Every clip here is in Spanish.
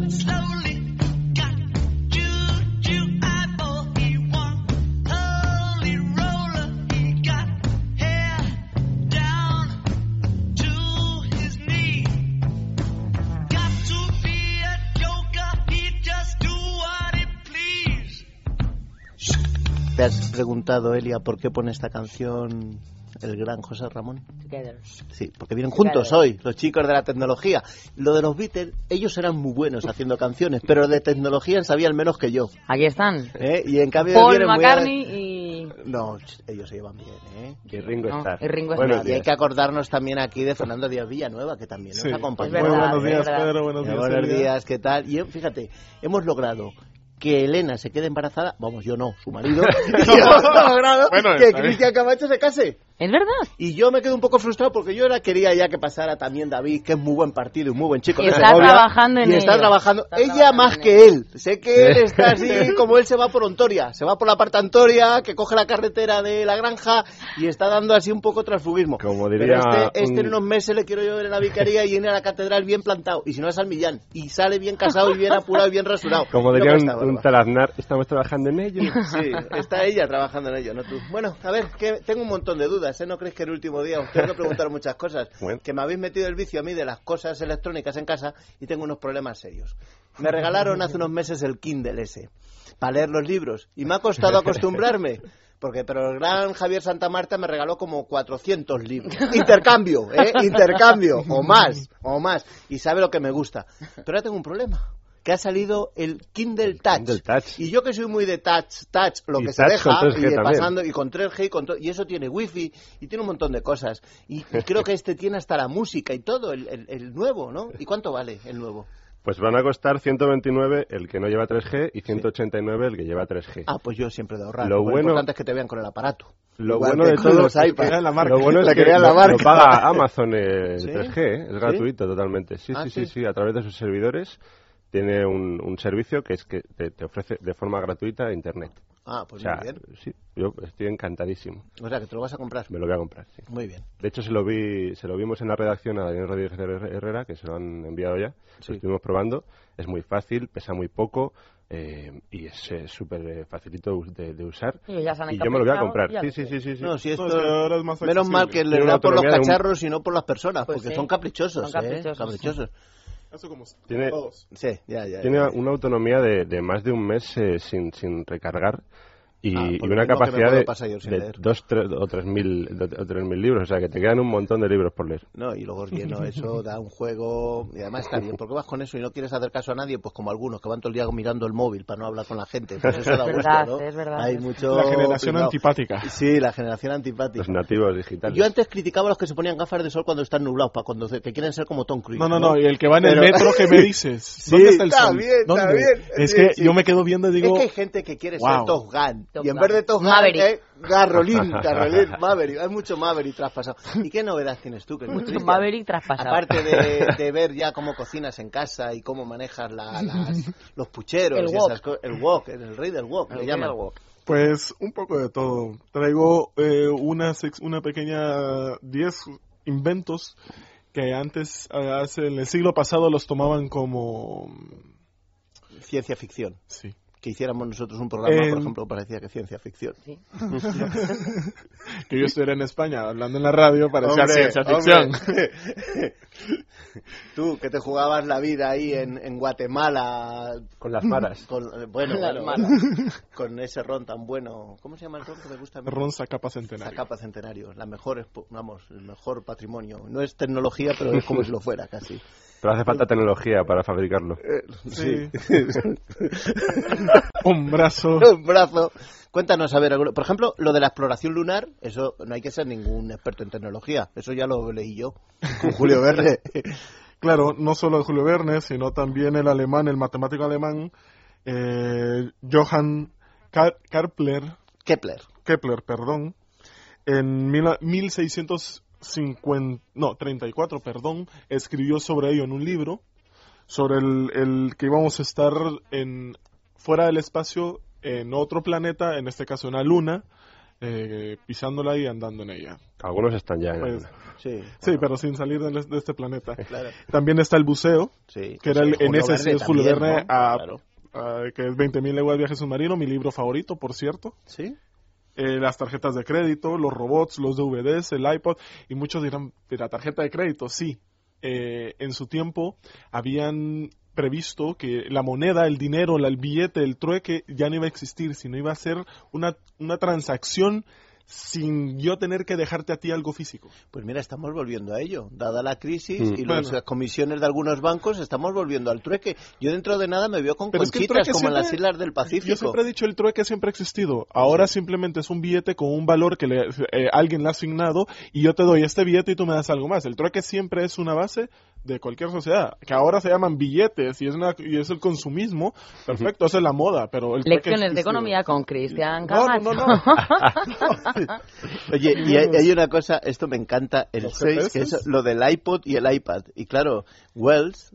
¿Te has preguntado, Elia, por qué pone esta canción el gran José Ramón? Together. Sí, porque vienen juntos hoy, los chicos de la tecnología. Lo de los Beatles, ellos eran muy buenos haciendo canciones, pero de tecnología sabían menos que yo. Aquí están. Y en cambio Paul McCartney y... No, ellos se llevan bien, Y Ringo Starr. Y Ringo Bueno, Starr. y hay que acordarnos también aquí de Fernando Díaz Villanueva, que también nos acompaña. Es verdad, buenos días, verdad. Pedro, buenos días. Buenos Elia. días, ¿qué tal? Y fíjate, hemos logrado que Elena se quede embarazada, vamos, yo no, su marido, y hemos logrado que Cristian Camacho se case. Es verdad. Y yo me quedo un poco frustrado porque yo quería ya que pasara también David, que es muy buen partido y muy buen chico Y de está Segovia, trabajando en y está ello. trabajando, Está ella trabajando más en que él. Sé que él está así como él se va por Ontoria, se va por la parte Antoria, que coge la carretera de la granja y está dando así un poco transfugismo. Como diría Pero este en unos meses le quiero yo ver en la vicaría y ir a la catedral bien plantado, y si no es al Millán, y sale bien casado y bien apurado y bien rasurado. Como Creo diría que está un bárbaro. talaznar, estamos trabajando en ello. Sí, está ella trabajando en ello, no tú. Bueno, a ver, que tengo un montón de dudas, ¿eh? ¿No creéis que el último día os tengo que preguntar muchas cosas? Bueno. Que me habéis metido el vicio a mí de las cosas electrónicas en casa y tengo unos problemas serios. Me regalaron hace unos meses el Kindle ese, para leer los libros, y me ha costado acostumbrarme. Pero el gran Javier Santamarta me regaló como 400 libros. Intercambio, intercambio, o más. Y sabe lo que me gusta. Pero ahora tengo un problema. Que ha salido el Kindle Touch. Kindle Touch. Y yo que soy muy de touch, lo Y que se touch deja, con 3G y también. pasando, y con 3G, y eso tiene wifi, y tiene un montón de cosas. Y creo que este tiene hasta la música y todo, el nuevo, ¿no? ¿Y cuánto vale el nuevo? Pues van a costar 129 el que no lleva 3G y 189 el que lleva 3G. Ah, pues yo siempre de ahorrar. Lo importante es que te vean con el aparato. Lo Igual bueno que de con todo los es iPads. que la marca. lo bueno es La que quería la lo marca. paga Amazon el ¿Sí? 3G, es gratuito totalmente. Sí, Ah, sí, a través de sus servidores tiene un servicio que es que te ofrece de forma gratuita internet. Ah, pues O sea, muy bien. sí, yo estoy encantadísimo. O sea, que te lo vas a comprar. Me lo voy a comprar, sí. Muy bien. De hecho, se lo vimos en la redacción a Daniel Rodríguez Herrera, que se lo han enviado ya. Sí. Lo estuvimos probando. Es muy fácil, pesa muy poco y es súper facilito de usar. Y ya se han yo me lo voy a encaprichado, comprar. ya lo Sí. No, si esto... No, es que ahora es más Menos mal que accesible. le da por los autonomía de un- cacharros y no por las personas, Pues porque sí. son caprichosos, Son caprichosos. Caprichosos. Eso como Tiene- todos. Sí, ya. Tiene una autonomía de más de un mes sin recargar y, Ah, y por lo una mismo que me capacidad puedo de, pasar yo sin de leer. 2.000 o 3.000 libros. O sea, que te quedan un montón de libros por leer. No, y luego es lleno eso, da un juego, y además está bien, porque vas con eso y no quieres hacer caso a nadie, pues como algunos que van todo el día mirando el móvil para no hablar con la gente, pues eso da Es gusto, verdad, ¿no? es verdad. Hay mucho La generación pringao. antipática. Sí, la generación antipática. Los nativos digitales. Yo antes criticaba a los que se ponían gafas de sol cuando están nublados, para cuando que quieren ser como Tom Cruise. No, y el que va en el Pero- metro, ¿qué me dices? Sí, ¿Dónde está el está sol? bien, ¿Dónde? está bien. Es Sí, que sí. yo me quedo viendo y digo... Es que hay gente que quiere ser Wow. Top Gun, Top y en Gun. vez de Top Gun, Maverick. Garrolín, Maverick, hay mucho Maverick traspasado. ¿Y qué novedad tienes tú? Que es muy triste. Maverick traspasado. Aparte de ver ya cómo cocinas en casa y cómo manejas los pucheros, El y wok. esas el wok, el rey del wok, le llaman. Pues un poco de todo. Traigo una pequeña 10 inventos que antes, en el siglo pasado, los tomaban como... Ciencia ficción. Sí. Que hiciéramos nosotros un programa, por ejemplo, parecía que ciencia ficción. Sí. Que yo estuviera en España hablando en la radio parecía Hombre, ciencia ficción. hombre. Tú, que te jugabas la vida ahí en Guatemala. Con las maras. Bueno, Las malas. con ese ron tan bueno. ¿Cómo se llama el ron que me gusta a mí? Ron Zacapa Centenario. Zacapa Centenario. El mejor patrimonio. No es tecnología, pero es como si lo fuera casi. Pero hace falta tecnología para fabricarlo. Sí. Un brazo. Un brazo. Cuéntanos, a ver, por ejemplo, lo de la exploración lunar, eso no hay que ser ningún experto en tecnología. Eso ya lo leí yo con Julio Verne. Claro, no solo de Julio Verne, sino también el matemático alemán, Johann Kepler, en 1634, escribió sobre ello en un libro, sobre el que íbamos a estar fuera del espacio, en otro planeta, en este caso una luna, pisándola y andando en ella. Algunos están ya en Pues, Sí, sí, pero sin salir de este planeta. claro. También está el buceo, Sí, que era en Julio ese sí Verne es Julio también, Verne, ¿no? Claro. que es 20.000 leguas de viaje submarino, mi libro favorito, por cierto. Sí. Las tarjetas de crédito, los robots, los DVDs, el iPod, y muchos dirán, ¿de la tarjeta de crédito? Sí. En su tiempo habían previsto que la moneda, el dinero, el billete, el trueque ya no iba a existir, sino iba a ser una transacción sin yo tener que dejarte a ti algo físico. Pues mira, estamos volviendo a ello. Dada la crisis y Bueno. las comisiones de algunos bancos, estamos volviendo al trueque. Yo dentro de nada me veo con Pero es que el conchitas trueque como en las siempre- islas del Pacífico. Yo siempre he dicho, el trueque siempre ha existido. Ahora simplemente es un billete con un valor que alguien le ha asignado y yo te doy este billete y tú me das algo más. El trueque siempre es una base de cualquier sociedad, que ahora se llaman billetes y es el consumismo. Perfecto, esa es la moda, pero el trueque Lecciones de existe. economía con Cristian No, Camacho. no. Oye, y hay una cosa, esto me encanta, el ¿Los 6, que GPS? es lo del iPod y el iPad. Y claro, Bells,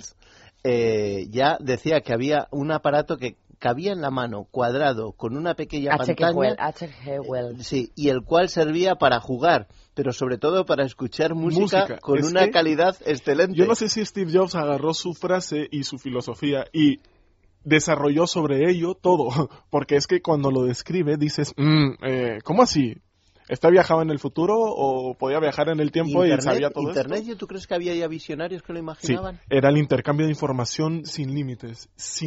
ya decía que había un aparato que cabía en la mano, cuadrado, con una pequeña pantalla. H.G. Wells. Sí, y el cual servía para jugar, pero sobre todo para escuchar música con Es una que calidad excelente. Yo no sé si Steve Jobs agarró su frase y su filosofía y desarrolló sobre ello todo, porque es que cuando lo describe dices, ¿cómo así? ¿Esta viajaba en el futuro o podía viajar en el tiempo y sabía todo Internet, esto? ¿tú crees que había ya visionarios que lo Sí, imaginaban? era el intercambio de información sin límites.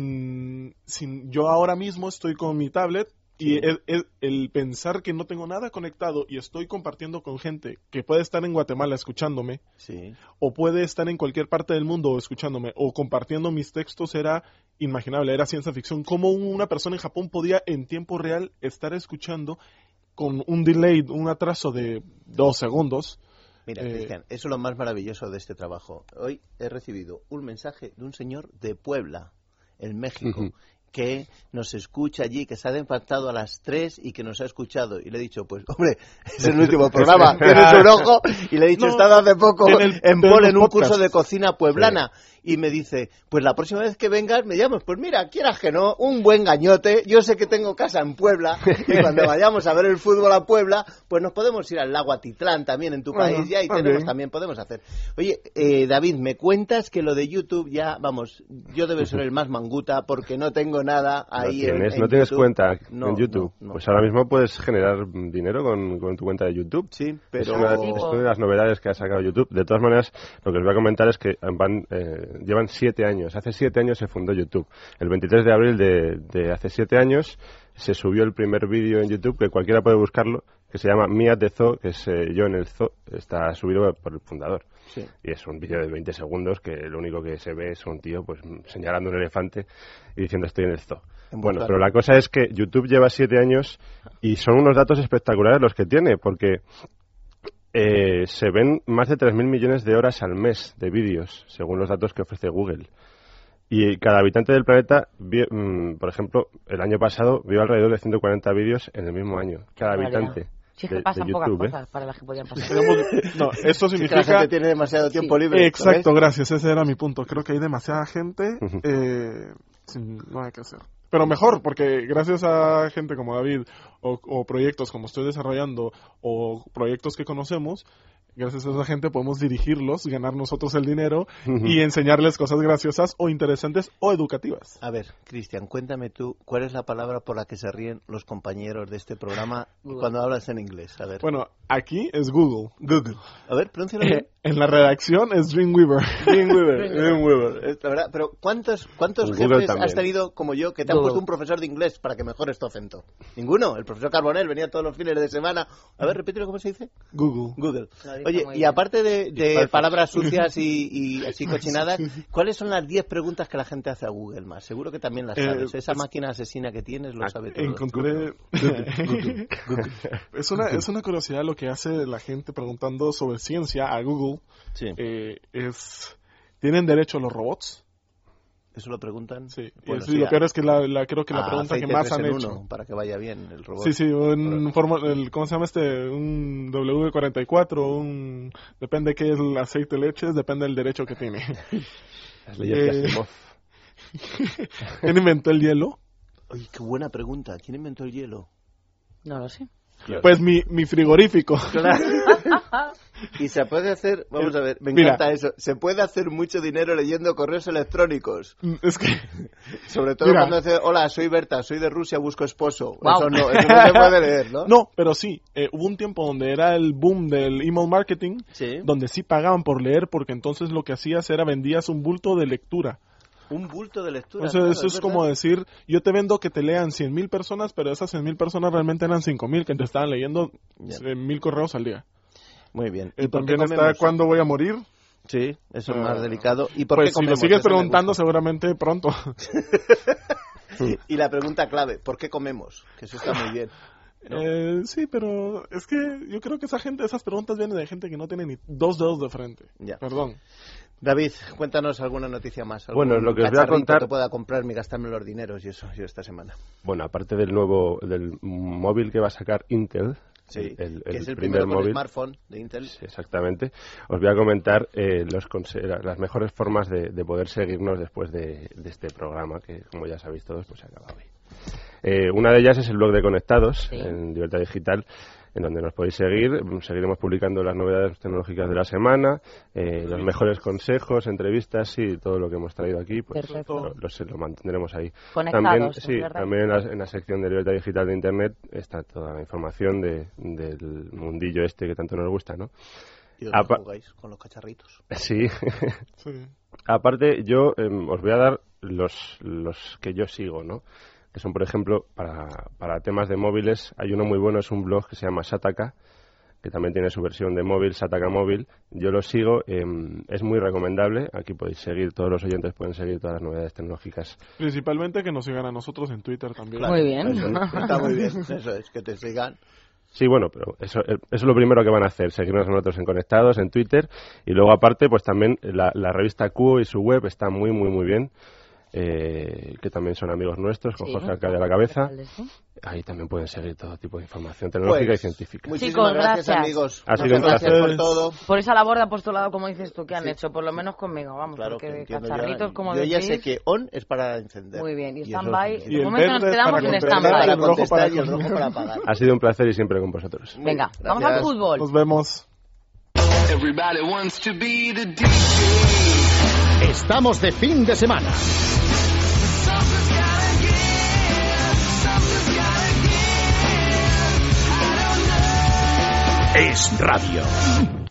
Yo ahora mismo estoy con mi tablet y el pensar que no tengo nada conectado y estoy compartiendo con gente que puede estar en Guatemala escuchándome, Sí. o puede estar en cualquier parte del mundo escuchándome o compartiendo mis textos era inimaginable, era ciencia ficción. Cómo una persona en Japón podía en tiempo real estar escuchando con un delay, un atraso de 2 segundos. Mira, Cristian, eso es lo más maravilloso de este trabajo. Hoy he recibido un mensaje de un señor de Puebla, en México, que nos escucha allí, que se ha despertado a las 3 y que nos ha escuchado. Y le he dicho, pues, hombre, es el último programa, tienes un ojo. Y le he dicho, he estado hace poco en Pol en un curso de cocina pueblana. Y me dice, pues la próxima vez que vengas me llamas. Pues mira, quieras que no, un buen gañote. Yo sé que tengo casa en Puebla y cuando vayamos a ver el fútbol a Puebla, pues nos podemos ir al lago Atitlán también en tu país ya y también podemos hacer. Oye, David, me cuentas que lo de YouTube ya, vamos, yo debo ser el más manguta porque no tengo nada ahí en ¿No tienes YouTube. cuenta No, en YouTube? no. Pues ahora mismo puedes generar dinero con tu cuenta de YouTube. Sí, pero... Es una de las novedades que ha sacado YouTube. De todas maneras, lo que os voy a comentar es que llevan 7 años. Hace 7 años se fundó YouTube. El 23 de abril de hace 7 años se subió el primer vídeo en YouTube, que cualquiera puede buscarlo, que se llama Me at the Zoo, que es yo en el zoo. Está subido por el fundador. Sí. Y es un vídeo de 20 segundos que lo único que se ve es un tío pues señalando un elefante y diciendo estoy en el zoo. Bueno, pero la cosa es que YouTube lleva 7 años y son unos datos espectaculares los que tiene, porque se ven más de 3.000 millones de horas al mes de vídeos, según los datos que ofrece Google. Y cada habitante del planeta, por ejemplo, el año pasado vio alrededor de 140 vídeos en el mismo año. Cada habitante. Sí, que pasan de pocas YouTube, cosas para las que podían pasar. No, eso Sí, que la significa... gente tiene demasiado tiempo libre. Exacto, ¿sabes? gracias, ese era mi punto. Creo que hay demasiada gente sin nada que hacer. Pero mejor, porque gracias a gente como David o proyectos como estoy desarrollando o proyectos que conocemos, gracias a esa gente podemos dirigirlos, ganar nosotros el dinero y enseñarles cosas graciosas o interesantes o educativas. A ver, Cristian, cuéntame tú, ¿cuál es la palabra por la que se ríen los compañeros de este programa cuando hablas en inglés? A ver. Bueno, aquí es Google. Google. A ver, pronúncialo bien. En la redacción es Dreamweaver. Dreamweaver. La verdad, pero ¿cuántos Google jefes también. has tenido como yo que te han Google. puesto un profesor de inglés para que mejores tu acento? Ninguno. El profesor Carbonell venía todos los fines de semana. A ver, repítelo, ¿cómo se dice? Google. Google. Lo dice Oye, muy y bien. aparte de palabras sucias y así cochinadas, ¿cuáles son las 10 preguntas que la gente hace a Google más? Seguro que también las sabes. Esa máquina asesina que tienes lo sabe todo. Encontré... Es una curiosidad lo que hace la gente preguntando sobre ciencia a Google. Sí. ¿Tienen derecho los robots? ¿Eso lo preguntan? Sí. Bueno, Lo peor es que creo que la a pregunta que aceite más 3 han en hecho. 1, para que vaya bien el robot. Sí, ¿cómo se llama un W44, depende qué es el aceite le eches, depende del derecho que tiene. Las leyes de Asimov. ¿Quién inventó el hielo? Oye, qué buena pregunta. ¿Quién inventó el hielo? No lo sé. Pues mi frigorífico. Claro. Y se puede hacer, vamos a ver, me encanta eso, se puede hacer mucho dinero leyendo correos electrónicos. Es que... Sobre todo cuando dice, hola, soy Berta, soy de Rusia, busco esposo. Wow. Eso no se puede leer, ¿no? No, pero sí, hubo un tiempo donde era el boom del email marketing, Sí. donde sí pagaban por leer, porque entonces lo que hacías era vendías un bulto de lectura. Un bulto de lectura. Entonces claro, eso es verdad. como decir, yo te vendo que te lean 100,000 personas, pero esas 100,000 personas realmente eran 5,000 que te estaban leyendo Ya. 1,000 correos al día. Muy bien. Y por qué también está comemos? ¿cuándo voy a morir? Sí, eso es más delicado. ¿Y por Pues qué si comemos? lo sigues Eso me preguntando, gusta. seguramente pronto. Y la pregunta clave, ¿por qué comemos? Que eso está muy bien. ¿no? Sí, pero es que yo creo que esas preguntas vienen de gente que no tiene ni 2 dedos de frente. Ya. Perdón. David, cuéntanos alguna noticia más. Bueno, algún lo que os voy a cacharrito contar- que pueda comprarme y gastarme los dineros y eso, yo esta semana. Bueno, aparte del móvil que va a sacar Intel, Sí, el que es el primer primero con móvil, smartphone de Intel. sí, exactamente, os voy a comentar las mejores formas de poder seguirnos después de este programa, que como ya sabéis todos, pues se acaba hoy. Una de ellas es el blog de Conectados, Sí. en Libertad Digital, en donde nos podéis seguir. Seguiremos publicando las novedades tecnológicas de la semana, los mejores consejos, entrevistas y todo lo que hemos traído aquí, pues Perfecto. lo mantendremos ahí. Conectados, También, ¿es sí, verdad? también en la sección de Libertad Digital de Internet está toda la información del mundillo este que tanto nos gusta, ¿no? ¿Y dónde Apa- jugáis con los cacharritos? Sí. Sí. Aparte, yo os voy a dar los que yo sigo, ¿no? Que son, por ejemplo, para temas de móviles, hay uno muy bueno, es un blog que se llama Sataka, que también tiene su versión de móvil, Sataka Móvil. Yo lo sigo, es muy recomendable. Aquí podéis seguir, todos los oyentes pueden seguir todas las novedades tecnológicas. Principalmente que nos sigan a nosotros en Twitter también. Muy bien. Eso, está muy bien, eso es, que te sigan. Sí, bueno, pero eso es lo primero que van a hacer, seguirnos a nosotros en Conectados, en Twitter, y luego aparte, pues también la revista Q y su web está muy, muy, muy bien, que también son amigos nuestros, con Sí. Jorge Alcalde a la cabeza. ¿Sí? Ahí también pueden seguir todo tipo de información tecnológica Pues, y científica. Muchísimas Chicos, gracias, gracias. amigos. Ha sido un Muchas gracias placer. por todo. Por esa labor de apostolado, como dices tú, que han Sí. hecho, por lo menos conmigo, vamos, Claro que porque entiendo cacharritos, ya. como Yo ya decís... sé que on es para encender. Muy bien, y eso stand-by, es- Y de el momento nos verde es quedamos para en contestar, para stand-by. el rojo contestar para y el rojo comer. para apagar. Ha sido un placer y siempre con vosotros. Venga, vamos Gracias. al fútbol. Nos vemos. Everybody wants to be the DJ. Estamos de fin de semana. Es radio.